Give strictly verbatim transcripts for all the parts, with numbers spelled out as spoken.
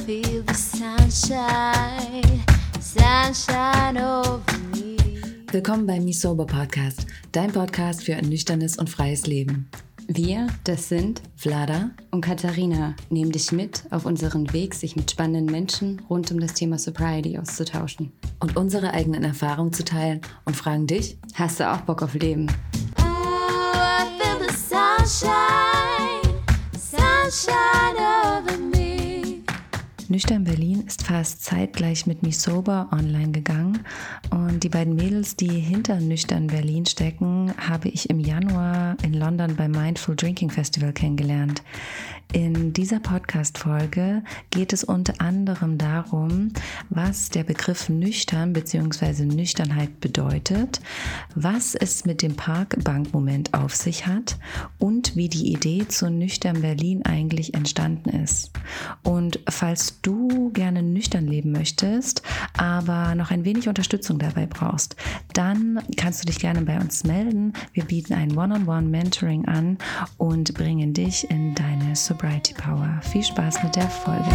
feel the sunshine, sunshine over me. Willkommen beim Me Sober Podcast, dein Podcast für ein nüchternes und freies Leben. Wir, das sind Vlada und Katharina, nehmen dich mit auf unseren Weg, sich mit spannenden Menschen rund um das Thema Sobriety auszutauschen. Und unsere eigenen Erfahrungen zu teilen und fragen dich: Hast du auch Bock auf Leben? Ooh, I feel the sunshine, sunshine over me. Nüchtern Berlin ist fast zeitgleich mit Me Sober online gegangen und die beiden Mädels, die hinter Nüchtern Berlin stecken, habe ich im Januar in London beim Mindful Drinking Festival kennengelernt. In dieser Podcast-Folge geht es unter anderem darum, was der Begriff nüchtern bzw. Nüchternheit bedeutet, was es mit dem Parkbankmoment auf sich hat und wie die Idee zu Nüchtern Berlin eigentlich entstanden ist. Und falls du gerne nüchtern leben möchtest, aber noch ein wenig Unterstützung dabei brauchst, dann kannst du dich gerne bei uns melden. Wir bieten ein One-on-One-Mentoring an und bringen dich in deine Sobriety Power. Viel Spaß mit der Folge.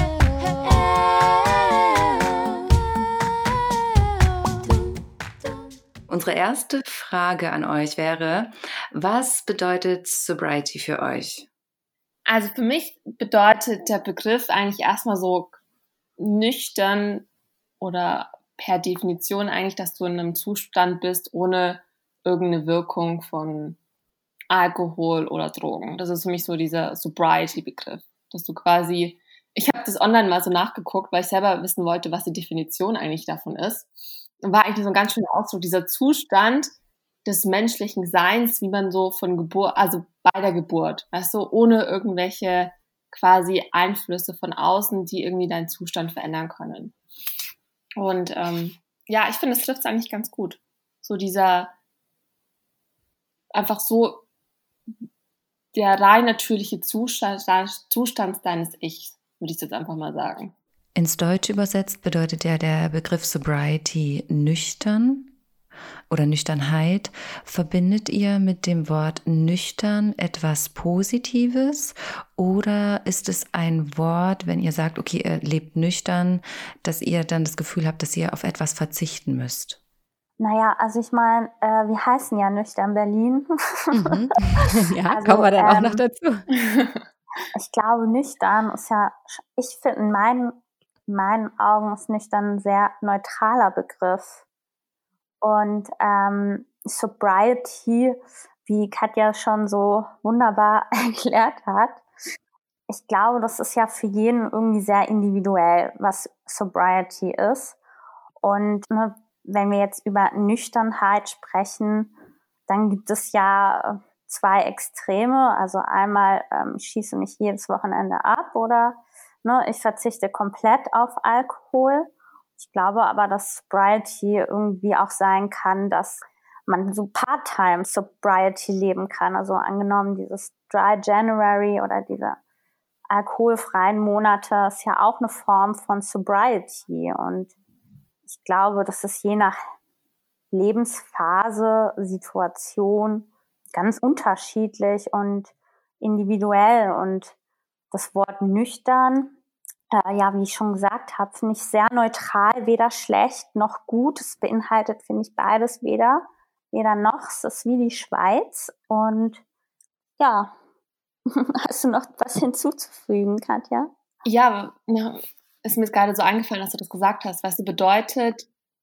Unsere erste Frage an euch wäre: Was bedeutet Sobriety für euch? Also für mich bedeutet der Begriff eigentlich erstmal so nüchtern oder per Definition eigentlich, dass du in einem Zustand bist ohne irgendeine Wirkung von Alkohol oder Drogen. Das ist für mich so dieser Sobriety-Begriff, dass du quasi, ich habe das online mal so nachgeguckt, weil ich selber wissen wollte, was die Definition eigentlich davon ist. Und war eigentlich so ein ganz schöner Ausdruck, dieser Zustand des menschlichen Seins, wie man so von Geburt, also bei der Geburt, weißt du, ohne irgendwelche quasi Einflüsse von außen, die irgendwie deinen Zustand verändern können. Und ähm, ja, ich finde, das trifft es eigentlich ganz gut. So dieser, einfach so der rein natürliche Zustand, Zustand deines Ichs, würde ich jetzt einfach mal sagen. Ins Deutsche übersetzt bedeutet ja der Begriff Sobriety nüchtern oder Nüchternheit. Verbindet ihr mit dem Wort nüchtern etwas Positives oder ist es ein Wort, wenn ihr sagt, okay, ihr lebt nüchtern, dass ihr dann das Gefühl habt, dass ihr auf etwas verzichten müsst? Naja, also ich meine, äh, wir heißen ja Nüchtern Berlin. Mhm. Ja, Also, kommen wir dann auch ähm, noch dazu. Ich glaube, nüchtern ist ja, ich finde, in meinen, in meinen Augen ist nüchtern ein sehr neutraler Begriff. Und ähm, Sobriety, wie Katja schon so wunderbar erklärt hat, ich glaube, das ist ja für jeden irgendwie sehr individuell, was Sobriety ist. Und ne, wenn wir jetzt über Nüchternheit sprechen, dann gibt es ja zwei Extreme. Also einmal, ähm, ich schieße mich jedes Wochenende ab oder ne, ich verzichte komplett auf Alkohol. Ich glaube aber, dass Sobriety irgendwie auch sein kann, dass man so Part-Time Sobriety leben kann. Also angenommen, dieses Dry January oder diese alkoholfreien Monate ist ja auch eine Form von Sobriety. Und ich glaube, das ist je nach Lebensphase, Situation ganz unterschiedlich und individuell. Und das Wort nüchtern, äh, ja, wie ich schon gesagt habe, finde ich sehr neutral, weder schlecht noch gut. Es beinhaltet, finde ich, beides weder, weder noch. Es ist wie die Schweiz. Und ja, hast du noch was hinzuzufügen, Katja? Ja, ja, ist mir jetzt gerade so eingefallen, dass du das gesagt hast. Weißt du, bedeutet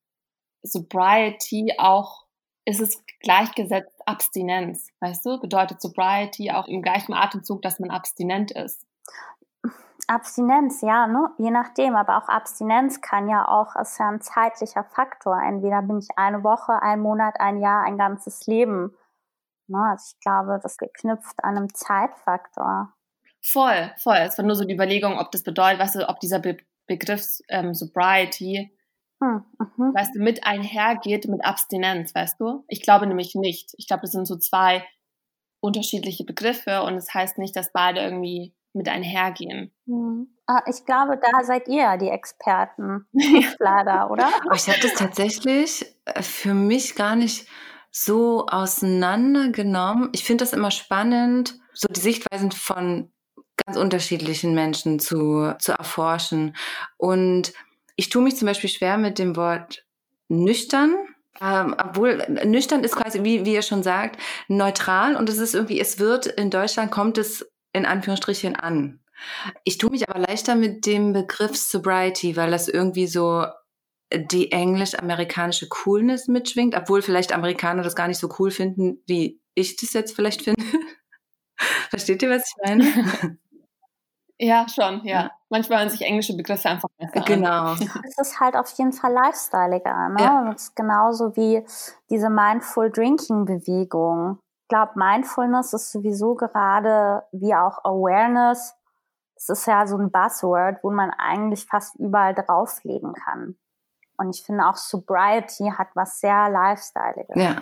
Sobriety auch, ist es gleichgesetzt Abstinenz, weißt du? Bedeutet Sobriety auch im gleichen Atemzug, dass man abstinent ist? Abstinenz, ja, ne? Je nachdem, aber auch Abstinenz kann ja auch, ist ja ein zeitlicher Faktor. Entweder bin ich eine Woche, ein Monat, ein Jahr, ein ganzes Leben. Ne? Also ich glaube, das geknüpft an einem Zeitfaktor. Voll, voll. Es war nur so die Überlegung, ob das bedeutet, weißt du, ob dieser Be- Begriff ähm, Sobriety, Hm, mhm. weißt du, mit einhergeht mit Abstinenz, weißt du? Ich glaube nämlich nicht. Ich glaube, das sind so zwei unterschiedliche Begriffe und es das heißt nicht, dass beide irgendwie mit einhergehen. Hm. Ah, ich glaube, da seid ihr ja die Experten, leider, oder? Aber ich habe das tatsächlich für mich gar nicht so auseinandergenommen. Ich finde das immer spannend, so die Sichtweisen von ganz unterschiedlichen Menschen zu, zu erforschen. Und ich tue mich zum Beispiel schwer mit dem Wort nüchtern, ähm, obwohl nüchtern ist quasi, wie, wie ihr schon sagt, neutral, und es ist irgendwie, es wird in Deutschland, kommt es in Anführungsstrichen an. Ich tue mich aber leichter mit dem Begriff Sobriety, weil das irgendwie so die englisch-amerikanische Coolness mitschwingt, obwohl vielleicht Amerikaner das gar nicht so cool finden, wie ich das jetzt vielleicht finde. Versteht ihr, was ich meine? Ja, schon, ja. ja. Manchmal hören sich englische Begriffe einfach besser genau. an. Genau. Es ist halt auf jeden Fall lifestyleiger, ne? Ja. Das ist genauso wie diese Mindful Drinking Bewegung. Ich glaube, Mindfulness ist sowieso gerade wie auch Awareness. Es ist ja so ein Buzzword, wo man eigentlich fast überall drauflegen kann. Und ich finde auch Sobriety hat was sehr lifestyleiges. Ja.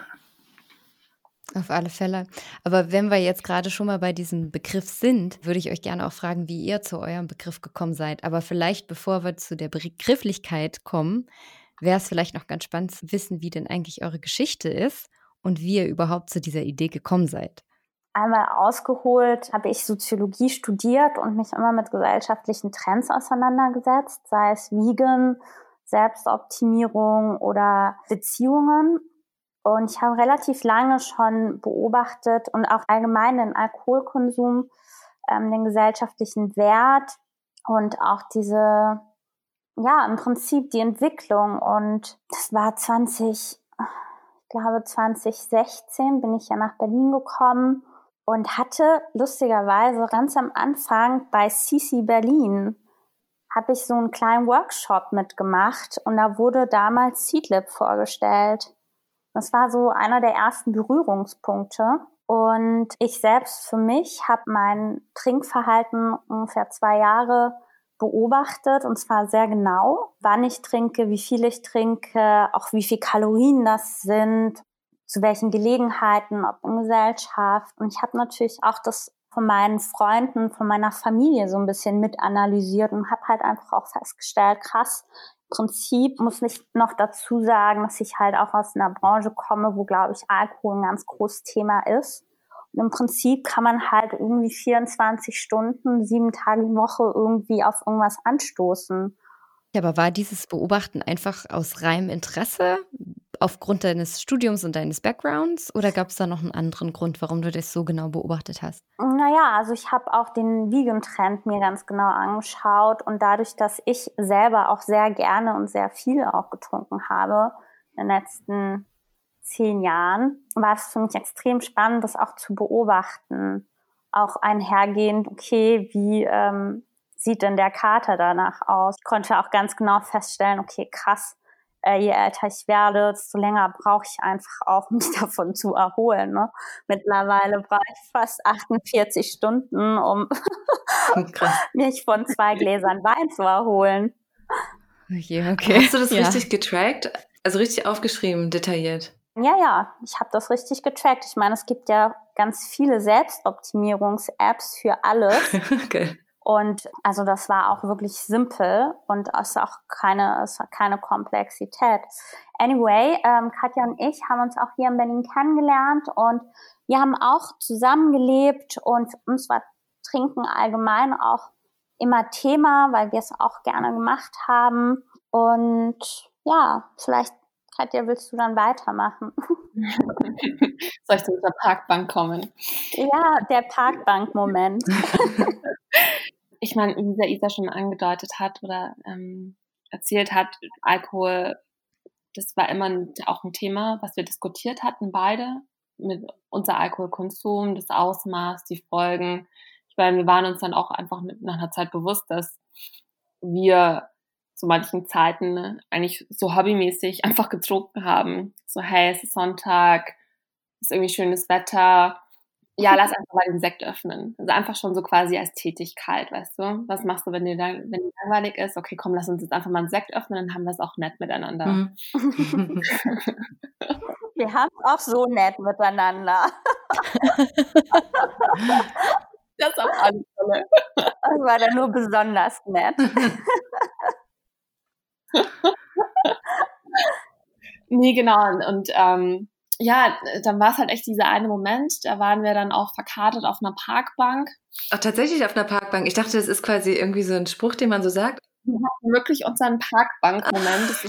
Auf alle Fälle. Aber wenn wir jetzt gerade schon mal bei diesem Begriff sind, würde ich euch gerne auch fragen, wie ihr zu eurem Begriff gekommen seid. Aber vielleicht, bevor wir zu der Begrifflichkeit kommen, wäre es vielleicht noch ganz spannend zu wissen, wie denn eigentlich eure Geschichte ist und wie ihr überhaupt zu dieser Idee gekommen seid. Einmal ausgeholt habe ich Soziologie studiert und mich immer mit gesellschaftlichen Trends auseinandergesetzt, sei es Vegan, Selbstoptimierung oder Beziehungen. Und ich habe relativ lange schon beobachtet und auch allgemein den Alkoholkonsum, ähm, den gesellschaftlichen Wert und auch diese, ja, im Prinzip die Entwicklung. Und das war zwanzig, ich glaube zwanzig sechzehn bin ich ja nach Berlin gekommen und hatte lustigerweise ganz am Anfang bei C C Berlin habe ich so einen kleinen Workshop mitgemacht und da wurde damals Seedlip vorgestellt. Das war so einer der ersten Berührungspunkte. Und ich selbst für mich habe mein Trinkverhalten ungefähr zwei Jahre beobachtet, und zwar sehr genau, wann ich trinke, wie viel ich trinke, auch wie viel Kalorien das sind, zu welchen Gelegenheiten, ob in Gesellschaft. Und ich habe natürlich auch das von meinen Freunden, von meiner Familie so ein bisschen mit analysiert und habe halt einfach auch festgestellt, krass, im Prinzip muss ich noch dazu sagen, dass ich halt auch aus einer Branche komme, wo, glaube ich, Alkohol ein ganz großes Thema ist. Und im Prinzip kann man halt irgendwie vierundzwanzig Stunden, sieben Tage die Woche irgendwie auf irgendwas anstoßen. Ja, aber war dieses Beobachten einfach aus reinem Interesse aufgrund deines Studiums und deines Backgrounds, oder gab es da noch einen anderen Grund, warum du das so genau beobachtet hast? Naja, also ich habe auch den Vegan-Trend mir ganz genau angeschaut, und dadurch, dass ich selber auch sehr gerne und sehr viel auch getrunken habe in den letzten zehn Jahren, war es für mich extrem spannend, das auch zu beobachten. Auch einhergehend, okay, wie ähm, sieht denn der Kater danach aus? Ich konnte auch ganz genau feststellen, okay, krass, äh, je älter ich werde, desto länger brauche ich einfach auch, mich davon zu erholen. Ne? Mittlerweile brauche ich fast achtundvierzig Stunden, um mich von zwei Gläsern Wein zu erholen. Okay, okay. Hast du das ja. richtig getrackt? Also richtig aufgeschrieben, detailliert? Ja, ja, ich habe das richtig getrackt. Ich meine, es gibt ja ganz viele Selbstoptimierungs-Apps für alles. Okay. Und also das war auch wirklich simpel und es ist auch keine, es hat keine Komplexität. Anyway, ähm, Katja und ich haben uns auch hier in Berlin kennengelernt und wir haben auch zusammengelebt, und für uns war Trinken allgemein auch immer Thema, weil wir es auch gerne gemacht haben. Und ja, vielleicht, Katja, willst du dann weitermachen? Soll ich zu unserer Parkbank kommen? Ja, der Parkbank-Moment. Ich meine, wie der Isa schon angedeutet hat oder ähm, erzählt hat, Alkohol, das war immer ein, auch ein Thema, was wir diskutiert hatten, beide, mit unser Alkoholkonsum, das Ausmaß, die Folgen. Ich meine, wir waren uns dann auch einfach nach einer Zeit bewusst, dass wir zu manchen Zeiten eigentlich so hobbymäßig einfach getrunken haben. So, hey, es ist Sonntag, es ist irgendwie schönes Wetter. Ja, lass einfach mal den Sekt öffnen. Also einfach schon so quasi als Tätigkeit, weißt du? Was machst du, wenn dir, wenn dir langweilig ist? Okay, komm, lass uns jetzt einfach mal einen Sekt öffnen, dann haben wir es auch nett miteinander. Mhm. Wir haben es auch so nett miteinander. Das auf alle Fälle. Das war dann nur besonders nett. Nee, genau. Und, und ähm, ja, dann war es halt echt dieser eine Moment, da waren wir dann auch verkatert auf einer Parkbank. Ach, tatsächlich auf einer Parkbank. Ich dachte, das ist quasi irgendwie so ein Spruch, den man so sagt. Wir hatten wirklich unseren Parkbank-Moment. Das ist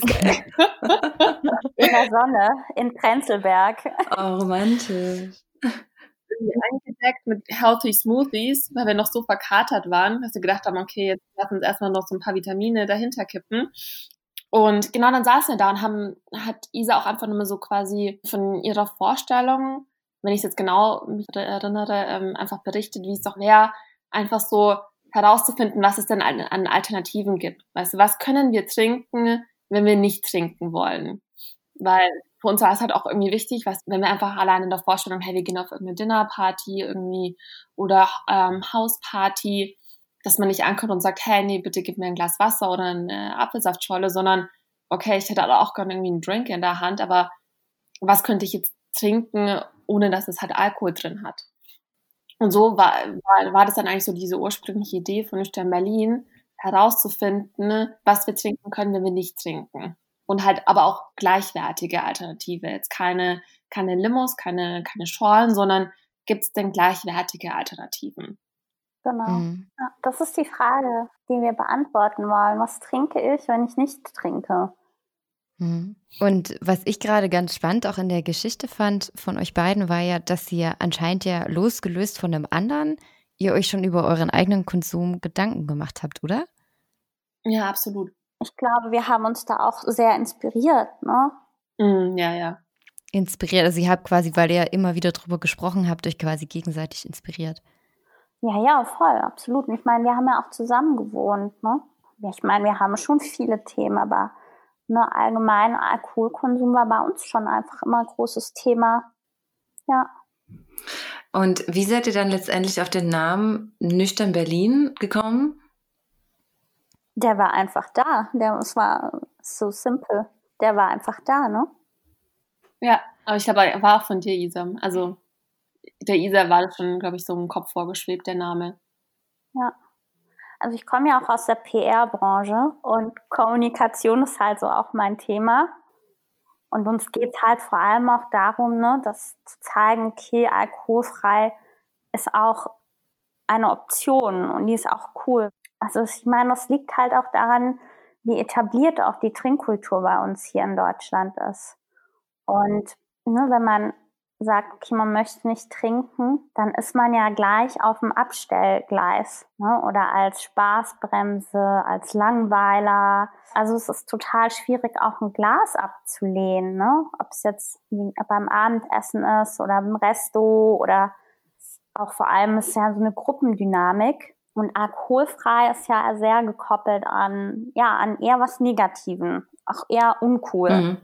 in der Sonne, in Prenzlberg. Oh, romantisch. Eingedeckt mit healthy Smoothies, weil wir noch so verkatert waren, dass wir gedacht haben, okay, jetzt lassen uns erstmal noch so ein paar Vitamine dahinter kippen. Und genau, dann saßen wir da und haben, hat Isa auch einfach nur mal so quasi von ihrer Vorstellung, wenn ich es jetzt genau mich erinnere, ähm, einfach berichtet, wie es doch wäre, einfach so herauszufinden, was es denn an, an Alternativen gibt. Weißt du, was können wir trinken, wenn wir nicht trinken wollen? Weil für uns war es halt auch irgendwie wichtig, was, wenn wir einfach allein in der Vorstellung, hey, wir gehen auf irgendeine Dinnerparty irgendwie oder ähm, Hausparty, dass man nicht ankommt und sagt, hey, nee, bitte gib mir ein Glas Wasser oder eine Apfelsaftschorle, sondern okay, ich hätte aber auch gerne irgendwie einen Drink in der Hand, aber was könnte ich jetzt trinken, ohne dass es halt Alkohol drin hat? Und so war, war, war das dann eigentlich so diese ursprüngliche Idee von Nüchtern Berlin, herauszufinden, was wir trinken können, wenn wir nicht trinken. Und halt aber auch gleichwertige Alternative. Jetzt keine, keine Limos, keine, keine Schorlen, sondern gibt es denn gleichwertige Alternativen? Genau. Mhm. Ja, das ist die Frage, die wir beantworten wollen. Was trinke ich, wenn ich nicht trinke? Mhm. Und was ich gerade ganz spannend auch in der Geschichte fand von euch beiden, war ja, dass ihr anscheinend ja losgelöst von dem anderen, ihr euch schon über euren eigenen Konsum Gedanken gemacht habt, oder? Ja, absolut. Ich glaube, wir haben uns da auch sehr inspiriert, ne? Mm, ja, ja. Inspiriert, also ihr habt quasi, weil ihr ja immer wieder drüber gesprochen habt, euch quasi gegenseitig inspiriert. Ja, ja, voll, absolut. Und ich meine, wir haben ja auch zusammen gewohnt, ne? Ich meine, wir haben schon viele Themen, aber ne, allgemein Alkoholkonsum war bei uns schon einfach immer ein großes Thema. Ja. Und wie seid ihr dann letztendlich auf den Namen Nüchtern Berlin gekommen? Der war einfach da. Der, es war so simpel. Der war einfach da, ne? Ja, aber ich glaube, er war auch von dir, Isa. Also der Isa war schon, glaube ich, so im Kopf vorgeschwebt, der Name. Ja. Also ich komme ja auch aus der P R-Branche und Kommunikation ist halt so auch mein Thema. Und uns geht es halt vor allem auch darum, ne, das zu zeigen, okay, alkoholfrei ist auch eine Option und die ist auch cool. Also ich meine, das liegt halt auch daran, wie etabliert auch die Trinkkultur bei uns hier in Deutschland ist. Und ne, wenn man sagt, okay, man möchte nicht trinken, dann ist man ja gleich auf dem Abstellgleis, ne? Oder als Spaßbremse, als Langweiler. Also es ist total schwierig, auch ein Glas abzulehnen, ne? Ob es jetzt beim Abendessen ist oder im Resto oder auch vor allem ist ja so eine Gruppendynamik. Und alkoholfrei ist ja sehr gekoppelt an, ja, an eher was Negativen, auch eher uncool. Mhm.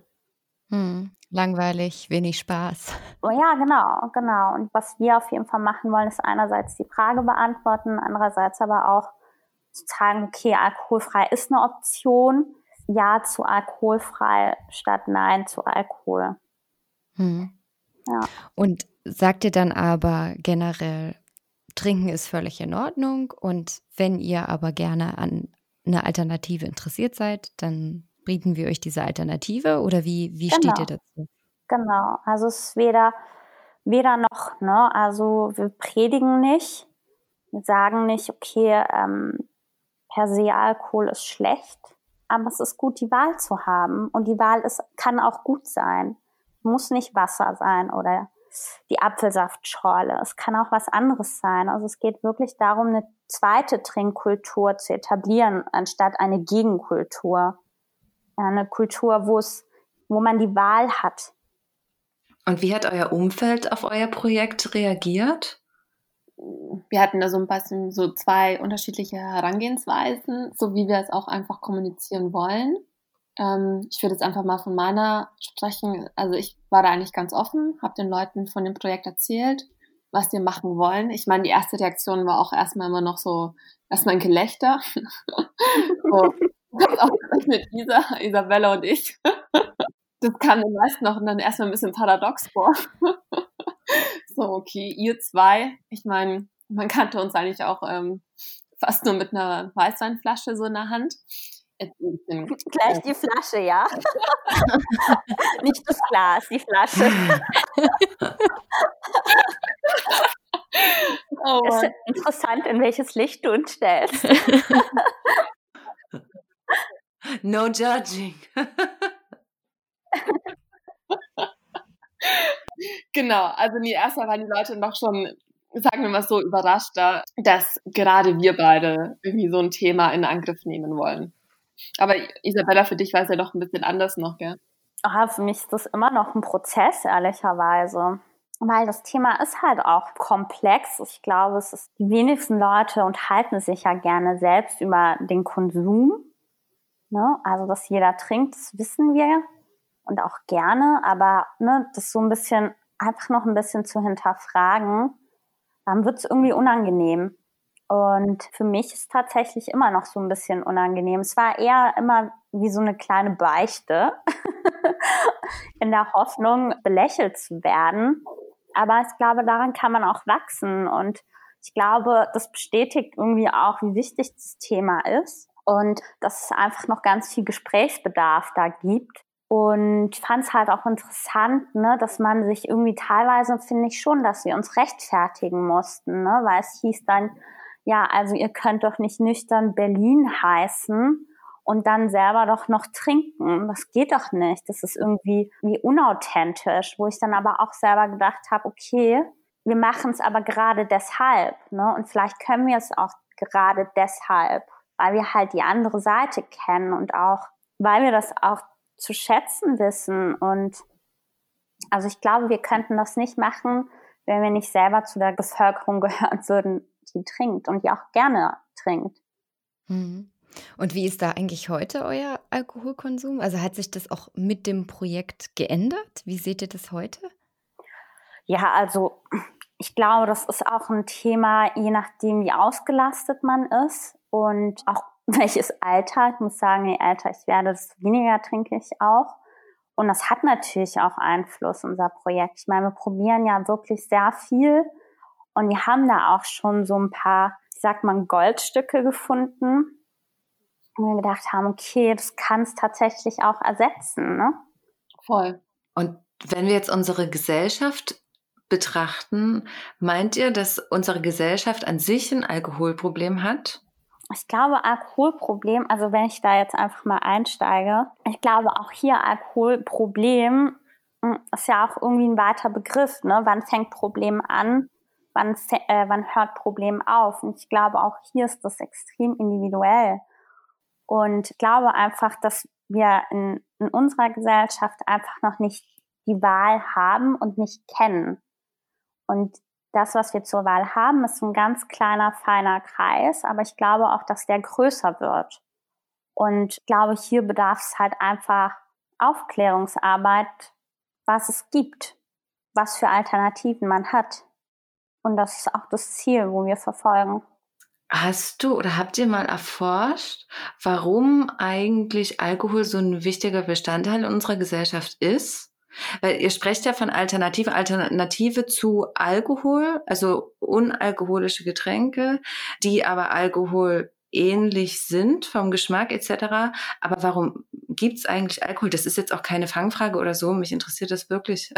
Hm. Langweilig, wenig Spaß. Oh ja, genau, genau. Und was wir auf jeden Fall machen wollen, ist einerseits die Frage beantworten, andererseits aber auch zu sagen, okay, alkoholfrei ist eine Option. Ja zu alkoholfrei statt Nein zu Alkohol. Hm. Ja. Und sagt ihr dann aber generell, Trinken ist völlig in Ordnung und wenn ihr aber gerne an eine Alternative interessiert seid, dann bieten wir euch diese Alternative oder wie, wie Genau. steht ihr dazu? Genau, also es ist weder, weder noch, ne? Also wir predigen nicht, wir sagen nicht, okay, ähm, per se Alkohol ist schlecht, aber es ist gut, die Wahl zu haben und die Wahl ist, kann auch gut sein. Muss nicht Wasser sein oder die Apfelsaftschorle, es kann auch was anderes sein. Also es geht wirklich darum, eine zweite Trinkkultur zu etablieren, anstatt eine Gegenkultur. Eine Kultur, wo es, wo man die Wahl hat. Und wie hat euer Umfeld auf euer Projekt reagiert? Wir hatten da so ein bisschen so zwei unterschiedliche Herangehensweisen, so wie wir es auch einfach kommunizieren wollen. Ähm, ich würde jetzt einfach mal von meiner sprechen. Also ich war da eigentlich ganz offen, habe den Leuten von dem Projekt erzählt, was wir machen wollen. Ich meine, die erste Reaktion war auch erstmal immer noch so, erstmal ein Gelächter. So. Auch mit Isa, Isabella und ich. Das kam den meisten noch dann erstmal ein bisschen paradox vor. So, okay, ihr zwei. Ich meine, man kannte uns eigentlich auch ähm, fast nur mit einer Weißweinflasche so in der Hand. Gleich die Flasche, ja. Nicht das Glas, die Flasche. Oh Es ist Mann. interessant, in welches Licht du uns stellst. No judging. Genau, also nee, erstmal waren die Leute noch schon, sagen wir mal so, überraschter, dass gerade wir beide irgendwie so ein Thema in Angriff nehmen wollen. Aber Isabella, für dich war es ja doch ein bisschen anders noch, gell? Ah, für mich ist das immer noch ein Prozess, ehrlicherweise. Weil das Thema ist halt auch komplex. Ich glaube, es ist, die wenigsten Leute unterhalten sich ja gerne selbst über den Konsum. Ne? Also, dass jeder trinkt, das wissen wir und auch gerne. Aber ne, das so ein bisschen, einfach noch ein bisschen zu hinterfragen, dann wird es irgendwie unangenehm. Und für mich ist tatsächlich immer noch so ein bisschen unangenehm. Es war eher immer wie so eine kleine Beichte in der Hoffnung, belächelt zu werden. Aber ich glaube, daran kann man auch wachsen. Und ich glaube, das bestätigt irgendwie auch, wie wichtig das Thema ist. Und dass es einfach noch ganz viel Gesprächsbedarf da gibt. Und ich fand es halt auch interessant, ne, dass man sich irgendwie teilweise, finde ich schon, dass wir uns rechtfertigen mussten, ne, weil es hieß dann, ja, also ihr könnt doch nicht nüchtern Berlin heißen und dann selber doch noch trinken. Das geht doch nicht. Das ist irgendwie wie unauthentisch, wo ich dann aber auch selber gedacht habe, okay, wir machen es aber gerade deshalb, ne? Und vielleicht können wir es auch gerade deshalb, weil wir halt die andere Seite kennen und auch, weil wir das auch zu schätzen wissen. Und also ich glaube, wir könnten das nicht machen, wenn wir nicht selber zu der Bevölkerung gehören würden, die trinkt und die auch gerne trinkt. Mhm. Und wie ist da eigentlich heute euer Alkoholkonsum? Also hat sich das auch mit dem Projekt geändert? Wie seht ihr das heute? Ja, also ich glaube, das ist auch ein Thema, je nachdem, wie ausgelastet man ist und auch welches Alter. Ich muss sagen, je älter ich werde, desto weniger trinke ich auch. Und das hat natürlich auch Einfluss, unser Projekt. Ich meine, wir probieren ja wirklich sehr viel und wir haben da auch schon so ein paar, ich sag mal, Goldstücke gefunden. Und wir gedacht haben, okay, das kann es tatsächlich auch ersetzen, ne? Voll. Und wenn wir jetzt unsere Gesellschaft betrachten, meint ihr, dass unsere Gesellschaft an sich ein Alkoholproblem hat? Ich glaube, Alkoholproblem, also wenn ich da jetzt einfach mal einsteige, ich glaube auch hier Alkoholproblem ist ja auch irgendwie ein weiter Begriff, ne? Wann fängt Problem an? Wann, äh, wann hört Problem auf? Und ich glaube, auch hier ist das extrem individuell. Und ich glaube einfach, dass wir in, in unserer Gesellschaft einfach noch nicht die Wahl haben und nicht kennen. Und das, was wir zur Wahl haben, ist ein ganz kleiner, feiner Kreis, aber ich glaube auch, dass der größer wird. Und ich glaube, hier bedarf es halt einfach Aufklärungsarbeit, was es gibt, was für Alternativen man hat. Und das ist auch das Ziel, wo wir verfolgen. Hast du oder habt ihr mal erforscht, warum eigentlich Alkohol so ein wichtiger Bestandteil unserer Gesellschaft ist? Weil ihr sprecht ja von Alternative, Alternative zu Alkohol, also unalkoholische Getränke, die aber Alkohol ähnlich sind vom Geschmack et cetera. Aber warum gibt es eigentlich Alkohol? Das ist jetzt auch keine Fangfrage oder so, mich interessiert das wirklich.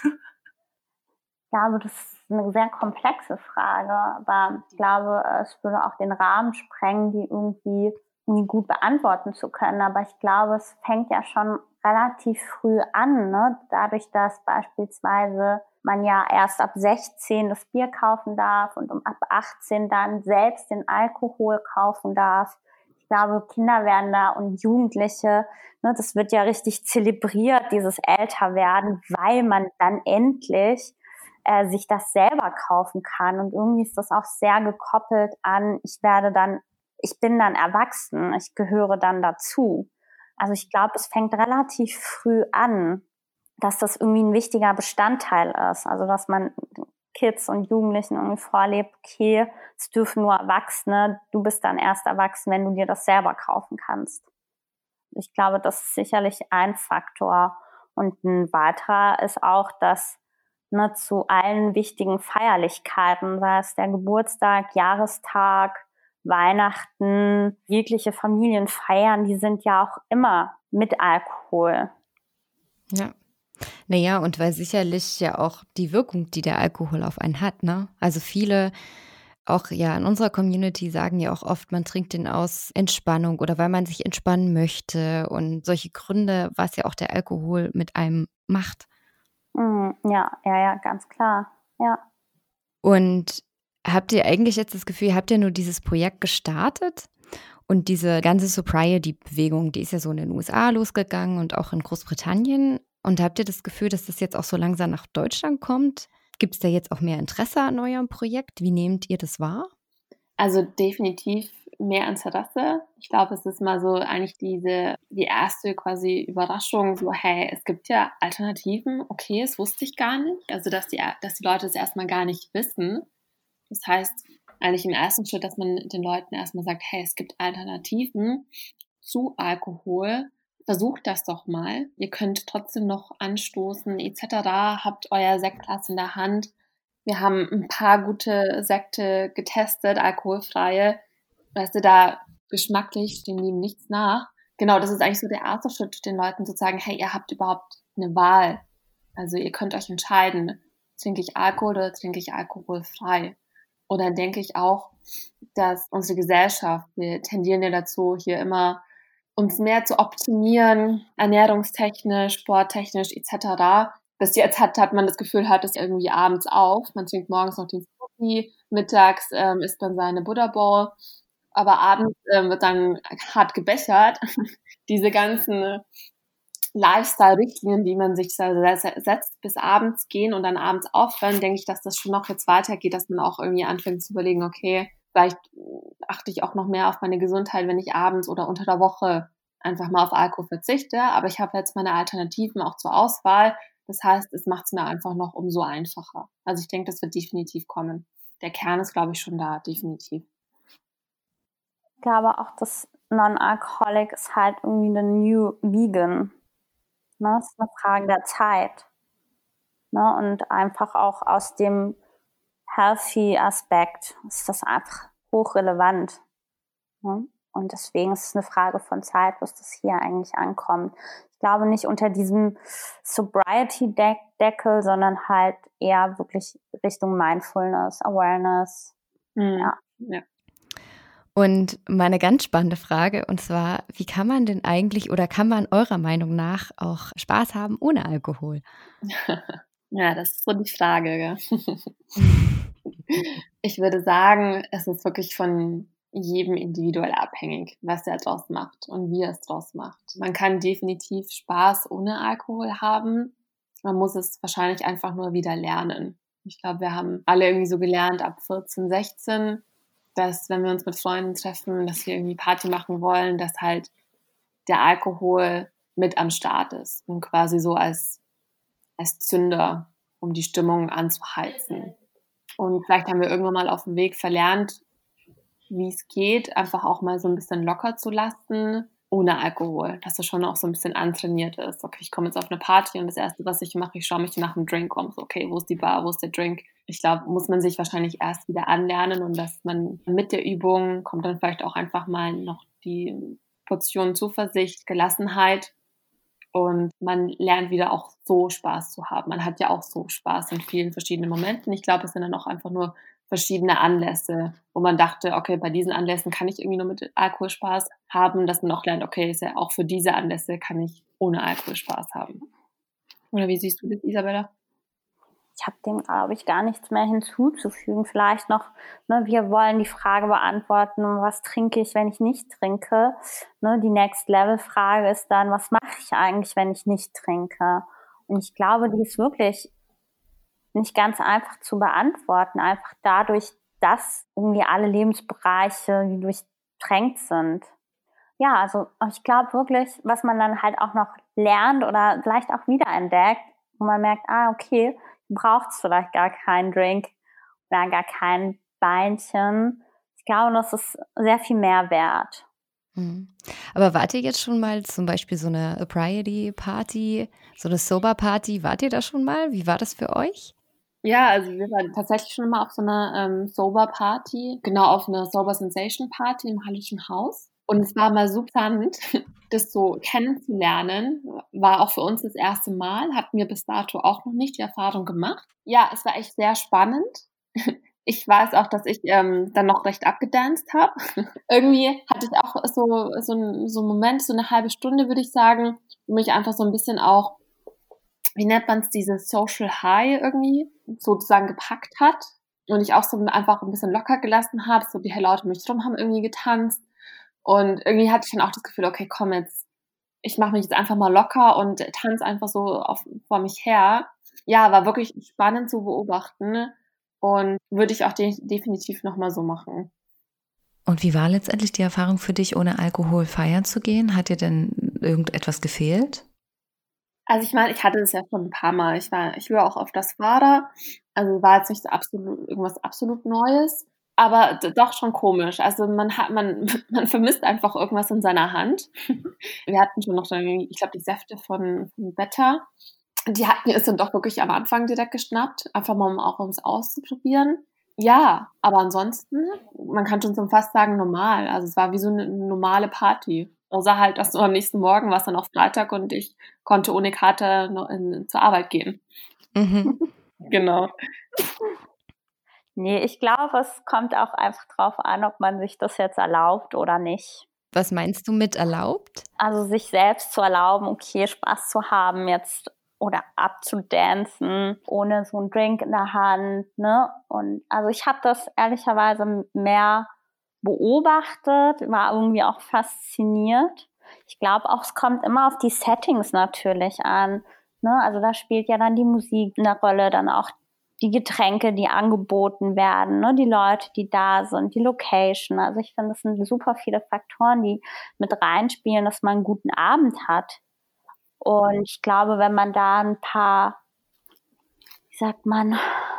Ich glaube, das ist eine sehr komplexe Frage, aber ich glaube, es würde auch den Rahmen sprengen, die irgendwie, irgendwie gut beantworten zu können. Aber ich glaube, es fängt ja schon relativ früh an, ne? Dadurch, dass beispielsweise man ja erst ab sechzehn das Bier kaufen darf und um ab achtzehn dann selbst den Alkohol kaufen darf. Ich glaube, Kinder werden da und Jugendliche, ne, das wird ja richtig zelebriert, dieses Älterwerden, weil man dann endlich äh, sich das selber kaufen kann. Und irgendwie ist das auch sehr gekoppelt an, ich werde dann, ich bin dann erwachsen, ich gehöre dann dazu. Also ich glaube, es fängt relativ früh an, dass das irgendwie ein wichtiger Bestandteil ist. Also dass man Kids und Jugendlichen irgendwie vorlebt, okay, es dürfen nur Erwachsene, du bist dann erst erwachsen, wenn du dir das selber kaufen kannst. Ich glaube, das ist sicherlich ein Faktor. Und ein weiterer ist auch, dass ne, zu allen wichtigen Feierlichkeiten, sei es der Geburtstag, Jahrestag, Weihnachten, jegliche Familienfeiern, die sind ja auch immer mit Alkohol. Ja. Naja, und weil sicherlich ja auch die Wirkung, die der Alkohol auf einen hat, ne? Also viele, auch ja in unserer Community, sagen ja auch oft, man trinkt den aus Entspannung oder weil man sich entspannen möchte und solche Gründe, was ja auch der Alkohol mit einem macht. Mhm, ja, ja, ja, ganz klar, ja. Und habt ihr eigentlich jetzt das Gefühl, habt ihr nur dieses Projekt gestartet? Und diese ganze Sobriety-Bewegung, die ist ja so in den U S A losgegangen und auch in Großbritannien. Und habt ihr das Gefühl, dass das jetzt auch so langsam nach Deutschland kommt? Gibt es da jetzt auch mehr Interesse an eurem Projekt? Wie nehmt ihr das wahr? Also definitiv mehr Interesse. Ich glaube, es ist mal so eigentlich diese, die erste quasi Überraschung, so hey, es gibt ja Alternativen. Okay, das wusste ich gar nicht. Also dass die, dass die Leute es erstmal gar nicht wissen. Das heißt, eigentlich im ersten Schritt, dass man den Leuten erstmal sagt, hey, es gibt Alternativen zu Alkohol. Versucht das doch mal. Ihr könnt trotzdem noch anstoßen et cetera. Habt euer Sektglas in der Hand. Wir haben ein paar gute Sekte getestet, alkoholfreie. Weißt du, da geschmacklich stehen dem nichts nach. Genau, das ist eigentlich so der erste Schritt, den Leuten zu sagen, hey, ihr habt überhaupt eine Wahl. Also ihr könnt euch entscheiden, trinke ich Alkohol oder trinke ich alkoholfrei. Oder denke ich auch, dass unsere Gesellschaft, wir tendieren ja dazu, hier immer uns mehr zu optimieren, ernährungstechnisch, sporttechnisch et cetera. Bis jetzt hat, hat man das Gefühl, hört es irgendwie abends auf. Man trinkt morgens noch den Smoothie, mittags ähm, isst man seine Buddha Bowl, aber abends ähm, wird dann hart gebechert. Diese ganzen Lifestyle-Richtlinien, die man sich setzt, bis abends gehen und dann abends aufhören, denke ich, dass das schon noch jetzt weitergeht, dass man auch irgendwie anfängt zu überlegen, okay, vielleicht achte ich auch noch mehr auf meine Gesundheit, wenn ich abends oder unter der Woche einfach mal auf Alkohol verzichte. Aber ich habe jetzt meine Alternativen auch zur Auswahl. Das heißt, es macht es mir einfach noch umso einfacher. Also ich denke, das wird definitiv kommen. Der Kern ist, glaube ich, schon da, definitiv. Ich glaube auch, dass Non-Alcoholic ist halt irgendwie eine New Vegan. Ne? Das ist eine Frage der Zeit. Ne? Und einfach auch aus dem Healthy-Aspekt ist das einfach hochrelevant. Ne? Und deswegen ist es eine Frage von Zeit, bis das hier eigentlich ankommt. Ich glaube nicht unter diesem Sobriety-Deckel, sondern halt eher wirklich Richtung Mindfulness, Awareness. Mhm. Ja. Ja. Und meine ganz spannende Frage, und zwar, wie kann man denn eigentlich oder kann man eurer Meinung nach auch Spaß haben ohne Alkohol? Ja, das ist so die Frage. Gell? Ich würde sagen, es ist wirklich von jedem individuell abhängig, was er draus macht und wie er es draus macht. Man kann definitiv Spaß ohne Alkohol haben. Man muss es wahrscheinlich einfach nur wieder lernen. Ich glaube, wir haben alle irgendwie so gelernt ab vierzehn, sechzehn, dass wenn wir uns mit Freunden treffen, dass wir irgendwie Party machen wollen, dass halt der Alkohol mit am Start ist und quasi so als, als Zünder, um die Stimmung anzuheizen. Und vielleicht haben wir irgendwann mal auf dem Weg verlernt, wie es geht, einfach auch mal so ein bisschen locker zu lassen, ohne Alkohol, dass das schon auch so ein bisschen antrainiert ist. Okay, ich komme jetzt auf eine Party und das Erste, was ich mache, ich schaue mich nach dem Drink um. So, okay, wo ist die Bar, wo ist der Drink? Ich glaube, muss man sich wahrscheinlich erst wieder anlernen und dass man mit der Übung kommt dann vielleicht auch einfach mal noch die Portion Zuversicht, Gelassenheit und man lernt wieder auch so Spaß zu haben. Man hat ja auch so Spaß in vielen verschiedenen Momenten. Ich glaube, es sind dann auch einfach nur verschiedene Anlässe, wo man dachte, okay, bei diesen Anlässen kann ich irgendwie nur mit Alkohol Spaß haben, dass man auch lernt, okay, ist ja auch für diese Anlässe kann ich ohne Alkohol Spaß haben. Oder wie siehst du das, Isabella? Ich habe dem, glaube ich, gar nichts mehr hinzuzufügen. Vielleicht noch, ne, wir wollen die Frage beantworten, was trinke ich, wenn ich nicht trinke. Ne, die Next-Level-Frage ist dann, was mache ich eigentlich, wenn ich nicht trinke? Und ich glaube, die ist wirklich nicht ganz einfach zu beantworten, einfach dadurch, dass irgendwie alle Lebensbereiche wie durchtränkt sind. Ja, also ich glaube wirklich, was man dann halt auch noch lernt oder vielleicht auch wiederentdeckt, wo man merkt, ah, okay, du brauchst vielleicht gar keinen Drink oder gar kein Beinchen. Ich glaube, das ist sehr viel mehr wert. Mhm. Aber wart ihr jetzt schon mal zum Beispiel so eine Sobriety-Party, so eine Sober-Party, wart ihr da schon mal? Wie war das für euch? Ja, also wir waren tatsächlich schon mal auf so einer ähm, Sober-Party, genau auf einer Sober-Sensation-Party im Hallischen Haus. Und es war mal super spannend, das so kennenzulernen. War auch für uns das erste Mal, hatten wir bis dato auch noch nicht die Erfahrung gemacht. Ja, es war echt sehr spannend. Ich weiß auch, dass ich ähm, dann noch recht abgedanced habe. Irgendwie hatte ich auch so, so, ein, so einen Moment, so eine halbe Stunde, würde ich sagen, wo mich einfach so ein bisschen auch, wie nennt man es, dieses Social High irgendwie sozusagen gepackt hat. Und ich auch so einfach ein bisschen locker gelassen habe. So die Leute um mich rum haben irgendwie getanzt. Und irgendwie hatte ich dann auch das Gefühl, okay, komm jetzt, ich mache mich jetzt einfach mal locker und tanze einfach so auf, vor mich her. Ja, war wirklich spannend zu beobachten. Und würde ich auch de- definitiv nochmal so machen. Und wie war letztendlich die Erfahrung für dich, ohne Alkohol feiern zu gehen? Hat dir denn irgendetwas gefehlt? Also ich meine, ich hatte das ja schon ein paar Mal. Ich war, ich war auch auf das Fahrer. Also war jetzt nicht so absolut irgendwas absolut Neues, aber d- doch schon komisch. Also man hat, man, man vermisst einfach irgendwas in seiner Hand. Wir hatten schon noch, dann, ich glaube, die Säfte von, von Beta. Die hat mir es dann doch wirklich am Anfang direkt geschnappt, einfach mal um auch um es auszuprobieren. Ja, aber ansonsten, man kann schon so fast sagen normal. Also es war wie so eine normale Party. Außer halt, dass so am nächsten Morgen war es dann auch Freitag und ich konnte ohne Kater noch in, zur Arbeit gehen. Mhm. Genau. Nee, ich glaube, es kommt auch einfach drauf an, ob man sich das jetzt erlaubt oder nicht. Was meinst du mit erlaubt? Also sich selbst zu erlauben, okay, Spaß zu haben jetzt oder abzudancen, ohne so einen Drink in der Hand, ne? Und also ich habe das ehrlicherweise mehr beobachtet, war irgendwie auch fasziniert. Ich glaube auch, es kommt immer auf die Settings natürlich an, ne? Also da spielt ja dann die Musik eine Rolle, dann auch die Getränke, die angeboten werden, ne? Die Leute, die da sind, die Location. Also ich finde, das sind super viele Faktoren, die mit reinspielen, dass man einen guten Abend hat. Und ich glaube, wenn man da ein paar, wie sagt man,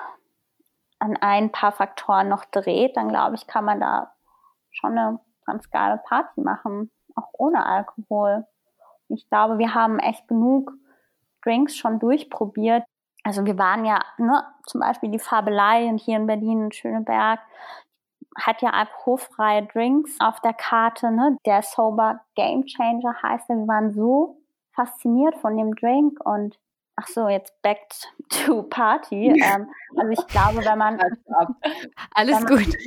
an ein paar Faktoren noch dreht, dann glaube ich, kann man da schon eine ganz geile Party machen, auch ohne Alkohol. Ich glaube, wir haben echt genug Drinks schon durchprobiert. Also wir waren ja, ne, zum Beispiel die Fabelei hier in Berlin in Schöneberg hat ja alkoholfreie Drinks auf der Karte, ne? Der Sober Game Changer heißt er. Wir waren so fasziniert von dem Drink und ach so, jetzt back to Party. ähm, also ich glaube, wenn man Alles wenn man, gut.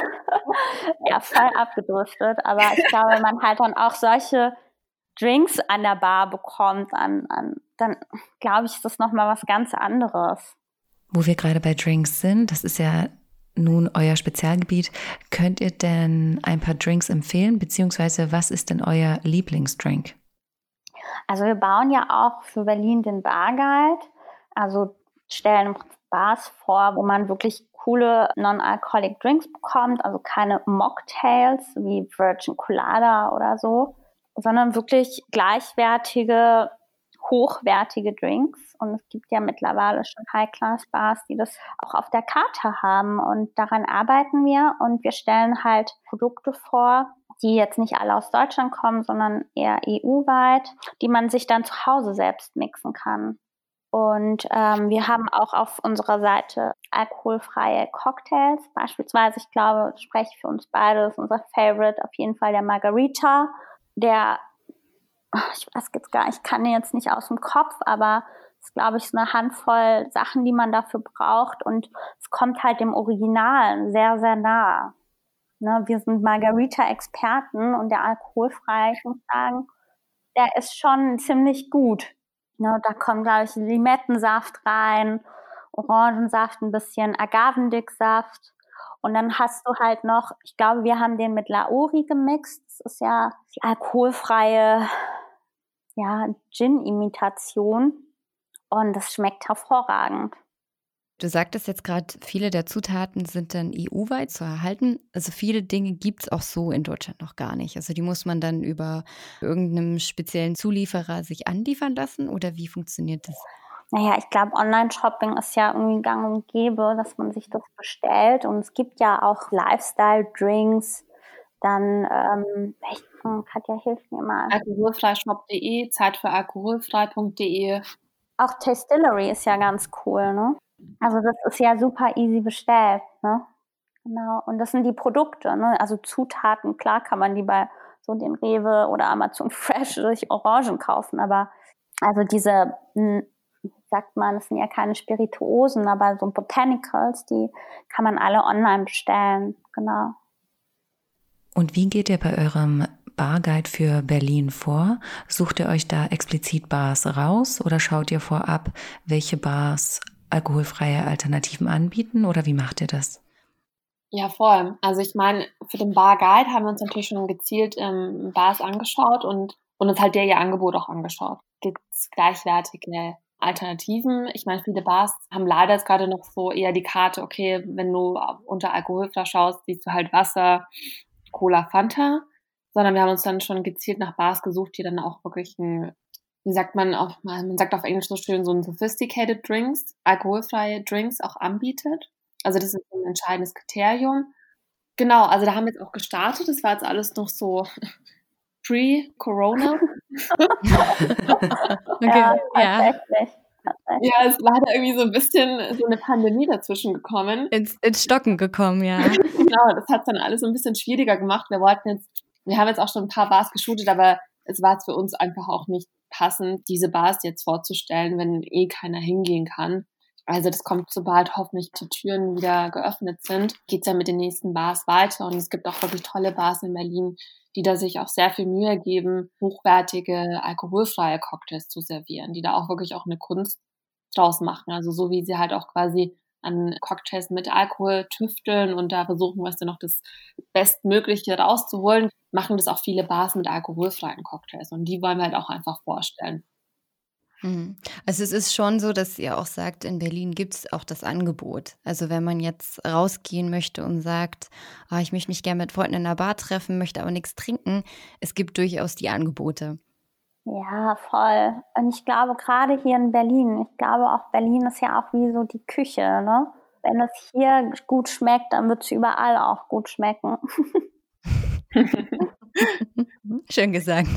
ja, voll abgedriftet, aber ich glaube, wenn man halt dann auch solche Drinks an der Bar bekommt, an, an, dann glaube ich, ist das nochmal was ganz anderes. Wo wir gerade bei Drinks sind, das ist ja nun euer Spezialgebiet, könnt ihr denn ein paar Drinks empfehlen, beziehungsweise was ist denn euer Lieblingsdrink? Also wir bauen ja auch für Berlin den Barguide, also stellen Bars vor, wo man wirklich coole Non-Alcoholic Drinks bekommt, also keine Mocktails wie Virgin Colada oder so, sondern wirklich gleichwertige, hochwertige Drinks. Und es gibt ja mittlerweile schon High-Class-Bars, die das auch auf der Karte haben. Und daran arbeiten wir. Und wir stellen halt Produkte vor, die jetzt nicht alle aus Deutschland kommen, sondern eher E U-weit, die man sich dann zu Hause selbst mixen kann. Und ähm, wir haben auch auf unserer Seite alkoholfreie Cocktails. Beispielsweise, ich glaube, das spreche ich für uns beide, ist unser Favorite auf jeden Fall der Margarita. Der, ich weiß jetzt gar nicht, ich kann den jetzt nicht aus dem Kopf, aber es ist, glaube ich, so eine Handvoll Sachen, die man dafür braucht. Und es kommt halt dem Original sehr, sehr nah. Ne, wir sind Margarita-Experten und der alkoholfreie, ich muss sagen, der ist schon ziemlich gut. Ne, da kommt, glaube ich, Limettensaft rein, Orangensaft, ein bisschen Agavendicksaft. Und dann hast du halt noch, ich glaube, wir haben den mit Laori gemixt. Das ist ja die alkoholfreie ja, Gin-Imitation. Und das schmeckt hervorragend. Du sagtest jetzt gerade, viele der Zutaten sind dann E U-weit zu erhalten. Also viele Dinge gibt es auch so in Deutschland noch gar nicht. Also die muss man dann über irgendeinen speziellen Zulieferer sich anliefern lassen oder wie funktioniert das? Naja, ich glaube, Online-Shopping ist ja irgendwie gang und gäbe, dass man sich das bestellt. Und es gibt ja auch Lifestyle-Drinks. Dann, ähm, welchen, Katja, hilf mir mal. alkoholfreishop punkt de, zeit für alkoholfrei punkt de. Auch Tastillery ist ja ganz cool, ne? Also das ist ja super easy bestellt, ne? Genau. Und das sind die Produkte, ne? Also Zutaten, klar kann man die bei so den Rewe oder Amazon Fresh sich Orangen kaufen, aber also diese, wie sagt man, das sind ja keine Spirituosen, aber so Botanicals, die kann man alle online bestellen, genau. Und wie geht ihr bei eurem Barguide für Berlin vor? Sucht ihr euch da explizit Bars raus oder schaut ihr vorab, welche Bars alkoholfreie Alternativen anbieten oder wie macht ihr das? Ja, voll. Also ich meine, für den Barguide haben wir uns natürlich schon gezielt ähm, Bars angeschaut und, und uns halt der ihr Angebot auch angeschaut. Gibt es gleichwertige Alternativen? Ich meine, viele Bars haben leider jetzt gerade noch so eher die Karte, okay, wenn du unter alkoholfrei schaust, siehst du halt Wasser, Cola, Fanta, sondern wir haben uns dann schon gezielt nach Bars gesucht, die dann auch wirklich ein, wie sagt man auf, man sagt auf Englisch so schön, so ein sophisticated Drinks, alkoholfreie Drinks auch anbietet. Also das ist ein entscheidendes Kriterium. Genau, also da haben wir jetzt auch gestartet. Das war jetzt alles noch so pre-Corona. Okay, Ja, ja. tatsächlich. tatsächlich. Ja, es ist leider irgendwie so ein bisschen so eine Pandemie dazwischen gekommen. Ins, ins Stocken gekommen, ja. Genau, das hat dann alles so ein bisschen schwieriger gemacht. Wir wollten jetzt, wir haben jetzt auch schon ein paar Bars geshootet, aber es war jetzt für uns einfach auch nicht passend, diese Bars jetzt vorzustellen, wenn eh keiner hingehen kann. Also das kommt, sobald hoffentlich die Türen wieder geöffnet sind, geht's ja mit den nächsten Bars weiter. Und es gibt auch wirklich tolle Bars in Berlin, die da sich auch sehr viel Mühe geben, hochwertige, alkoholfreie Cocktails zu servieren, die da auch wirklich auch eine Kunst draus machen. Also so wie sie halt auch quasi an Cocktails mit Alkohol tüfteln und da versuchen, was dann noch das Bestmögliche rauszuholen, machen das auch viele Bars mit alkoholfreien Cocktails. Und die wollen wir halt auch einfach vorstellen. Also es ist schon so, dass ihr auch sagt, in Berlin gibt es auch das Angebot. Also wenn man jetzt rausgehen möchte und sagt, ah, ich möchte mich gerne mit Freunden in einer Bar treffen, möchte aber nichts trinken, es gibt durchaus die Angebote. Ja, voll. Und ich glaube, gerade hier in Berlin, ich glaube auch Berlin ist ja auch wie so die Küche, ne? Wenn es hier gut schmeckt, dann wird es überall auch gut schmecken. Schön gesagt.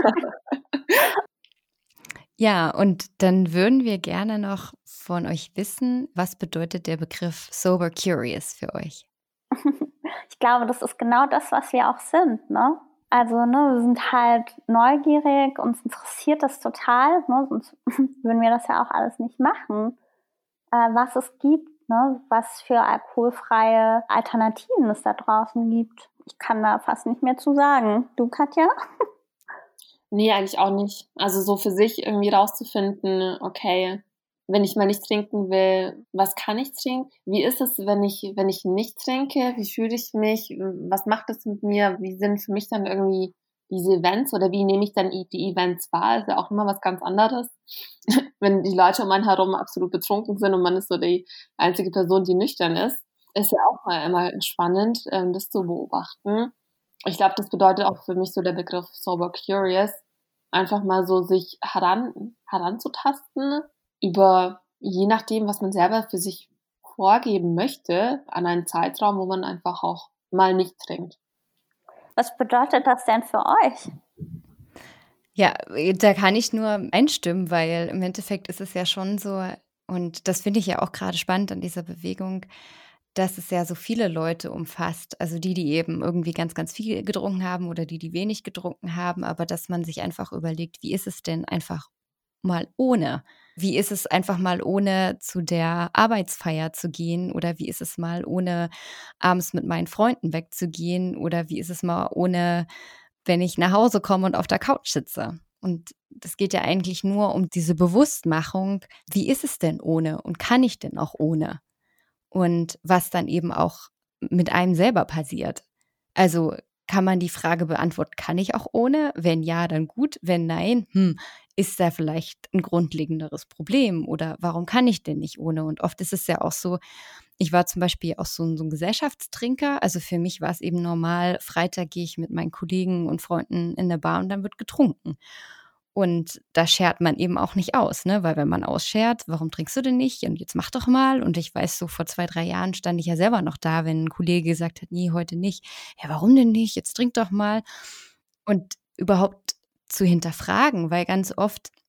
Ja, und dann würden wir gerne noch von euch wissen, was bedeutet der Begriff Sober Curious für euch? Ich glaube, das ist genau das, was wir auch sind, ne? Also, ne, wir sind halt neugierig, uns interessiert das total, ne? Sonst würden wir das ja auch alles nicht machen, äh, was es gibt, ne? Was für alkoholfreie Alternativen es da draußen gibt. Ich kann da fast nicht mehr zu sagen. Du, Katja? Nee, eigentlich auch nicht. Also so für sich irgendwie rauszufinden, okay, wenn ich mal nicht trinken will, was kann ich trinken? Wie ist es, wenn ich, wenn ich nicht trinke? Wie fühle ich mich? Was macht es mit mir? Wie sind für mich dann irgendwie diese Events oder wie nehme ich dann die Events wahr? Ist ja auch immer was ganz anderes. Wenn die Leute um einen herum absolut betrunken sind und man ist so die einzige Person, die nüchtern ist, ist ja auch mal immer spannend, das zu beobachten. Ich glaube, das bedeutet auch für mich so der Begriff Sober Curious, einfach mal so sich heran, heranzutasten über, je nachdem, was man selber für sich vorgeben möchte, an einen Zeitraum, wo man einfach auch mal nicht trinkt. Was bedeutet das denn für euch? Ja, da kann ich nur einstimmen, weil im Endeffekt ist es ja schon so, und das finde ich ja auch gerade spannend an dieser Bewegung, dass es ja so viele Leute umfasst, also die, die eben irgendwie ganz, ganz viel getrunken haben oder die, die wenig getrunken haben, aber dass man sich einfach überlegt, wie ist es denn einfach mal ohne? Wie ist es einfach mal ohne zu der Arbeitsfeier zu gehen oder wie ist es mal ohne abends mit meinen Freunden wegzugehen oder wie ist es mal ohne, wenn ich nach Hause komme und auf der Couch sitze? Und das geht ja eigentlich nur um diese Bewusstmachung, wie ist es denn ohne und kann ich denn auch ohne? Und was dann eben auch mit einem selber passiert. Also kann man die Frage beantworten, kann ich auch ohne? Wenn ja, dann gut. Wenn nein, hm, ist da vielleicht ein grundlegenderes Problem oder warum kann ich denn nicht ohne? Und oft ist es ja auch so, ich war zum Beispiel auch so ein, so ein Gesellschaftstrinker, also für mich war es eben normal, Freitag gehe ich mit meinen Kollegen und Freunden in eine Bar und dann wird getrunken. Und da schert man eben auch nicht aus, ne? Weil wenn man ausschert, warum trinkst du denn nicht? Und jetzt mach doch mal. Und ich weiß, so vor zwei, drei Jahren stand ich ja selber noch da, wenn ein Kollege gesagt hat, nee, heute nicht. Ja, warum denn nicht? Jetzt trink doch mal. Und überhaupt zu hinterfragen, weil ganz oft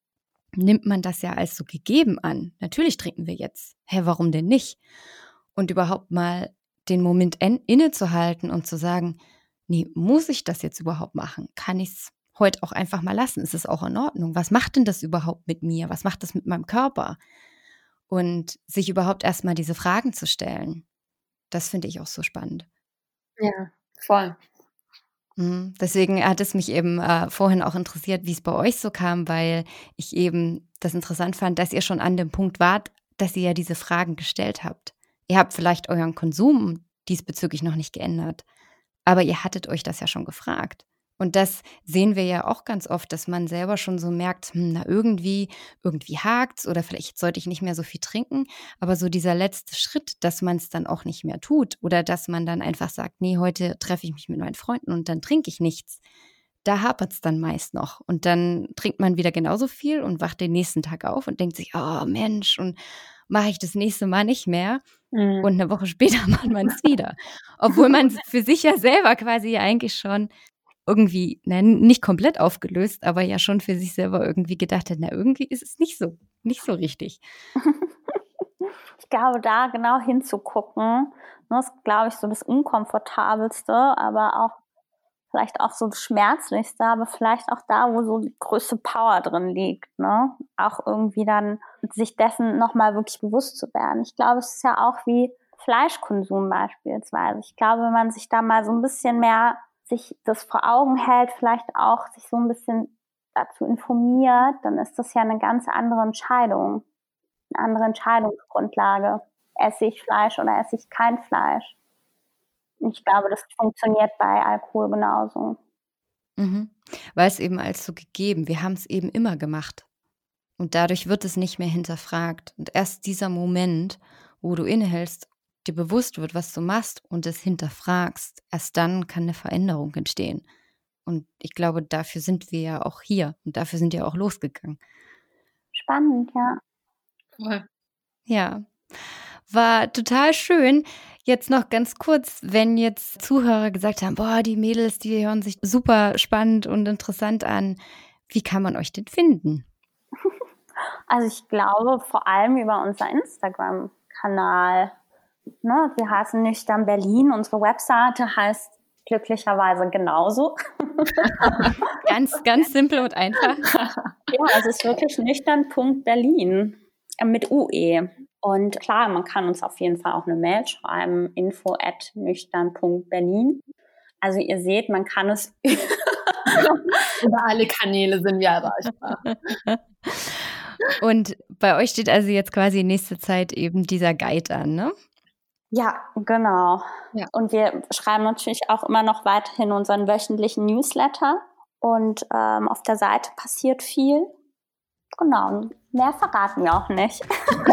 nimmt man das ja als so gegeben an. Natürlich trinken wir jetzt. Hä, warum denn nicht? Und überhaupt mal den Moment en- innezuhalten und zu sagen, nee, muss ich das jetzt überhaupt machen? Kann ich es heute auch einfach mal lassen? Ist es auch in Ordnung? Was macht denn das überhaupt mit mir? Was macht das mit meinem Körper? Und sich überhaupt erstmal diese Fragen zu stellen, das finde ich auch so spannend. Ja, voll. Mhm. Deswegen hat es mich eben äh, vorhin auch interessiert, wie es bei euch so kam, weil ich eben das interessant fand, dass ihr schon an dem Punkt wart, dass ihr ja diese Fragen gestellt habt. Ihr habt vielleicht euren Konsum diesbezüglich noch nicht geändert, aber ihr hattet euch das ja schon gefragt. Und das sehen wir ja auch ganz oft, dass man selber schon so merkt, hm, na irgendwie, irgendwie hakt's oder vielleicht sollte ich nicht mehr so viel trinken. Aber so dieser letzte Schritt, dass man es dann auch nicht mehr tut oder dass man dann einfach sagt, nee, heute treffe ich mich mit meinen Freunden und dann trinke ich nichts. Da hapert es dann meist noch. Und dann trinkt man wieder genauso viel und wacht den nächsten Tag auf und denkt sich, oh Mensch, und mache ich das nächste Mal nicht mehr. Mhm. Und eine Woche später macht man es wieder. Obwohl man für sich ja selber quasi eigentlich schon irgendwie, nein, nicht komplett aufgelöst, aber ja schon für sich selber irgendwie gedacht hat, na irgendwie ist es nicht so, nicht so richtig. Ich glaube, da genau hinzugucken, das ist, glaube ich, so das Unkomfortabelste, aber auch vielleicht auch so das Schmerzlichste, aber vielleicht auch da, wo so die größte Power drin liegt, ne? Auch irgendwie dann sich dessen nochmal wirklich bewusst zu werden. Ich glaube, es ist ja auch wie Fleischkonsum beispielsweise. Ich glaube, wenn man sich da mal so ein bisschen mehr sich das vor Augen hält, vielleicht auch sich so ein bisschen dazu informiert, dann ist das ja eine ganz andere Entscheidung, eine andere Entscheidungsgrundlage. Esse ich Fleisch oder esse ich kein Fleisch? Und ich glaube, das funktioniert bei Alkohol genauso. Mhm. Weil es eben als so gegeben, wir haben es eben immer gemacht. Und dadurch wird es nicht mehr hinterfragt. Und erst dieser Moment, wo du innehältst, dir bewusst wird, was du machst und es hinterfragst, erst dann kann eine Veränderung entstehen. Und ich glaube, dafür sind wir ja auch hier und dafür sind wir auch losgegangen. Spannend, ja. Voll. Ja, war total schön. Jetzt noch ganz kurz, wenn jetzt Zuhörer gesagt haben, boah, die Mädels, die hören sich super spannend und interessant an. Wie kann man euch denn finden? Also ich glaube, vor allem über unser Instagram-Kanal. Ne, wir heißen Nüchtern Berlin. Unsere Webseite heißt glücklicherweise genauso. Ganz, ganz simpel und einfach. Ja, es ist wirklich nüchtern Punkt Berlin mit U E. Und klar, man kann uns auf jeden Fall auch eine Mail schreiben, info at nüchtern Punkt berlin. Also ihr seht, man kann es über alle Kanäle sind wir erreichbar. Und bei euch steht also jetzt quasi in nächster Zeit eben dieser Guide an, ne? Ja, genau. Ja. Und wir schreiben natürlich auch immer noch weiterhin unseren wöchentlichen Newsletter. Und ähm, auf der Seite passiert viel. Genau, mehr verraten wir auch nicht.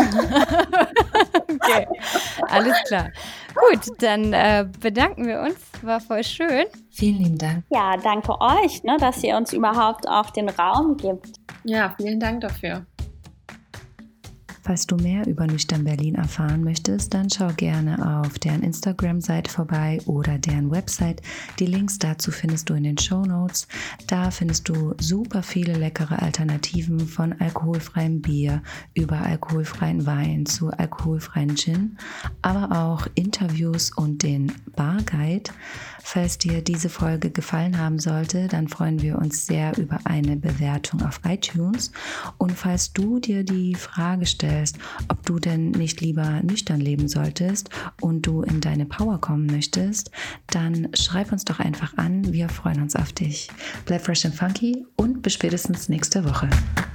Okay, alles klar. Gut, dann äh, bedanken wir uns. War voll schön. Vielen lieben Dank. Ja, danke euch, ne, dass ihr uns überhaupt auch den Raum gibt. Ja, vielen Dank dafür. Falls du mehr über Nüchtern Berlin erfahren möchtest, dann schau gerne auf deren Instagram-Seite vorbei oder deren Website. Die Links dazu findest du in den Shownotes. Da findest du super viele leckere Alternativen von alkoholfreiem Bier über alkoholfreien Wein zu alkoholfreien Gin, aber auch Interviews und den Bar-Guide. Falls dir diese Folge gefallen haben sollte, dann freuen wir uns sehr über eine Bewertung auf iTunes. Und falls du dir die Frage stellst, ob du denn nicht lieber nüchtern leben solltest und du in deine Power kommen möchtest, dann schreib uns doch einfach an. Wir freuen uns auf dich. Bleib fresh and funky und bis spätestens nächste Woche.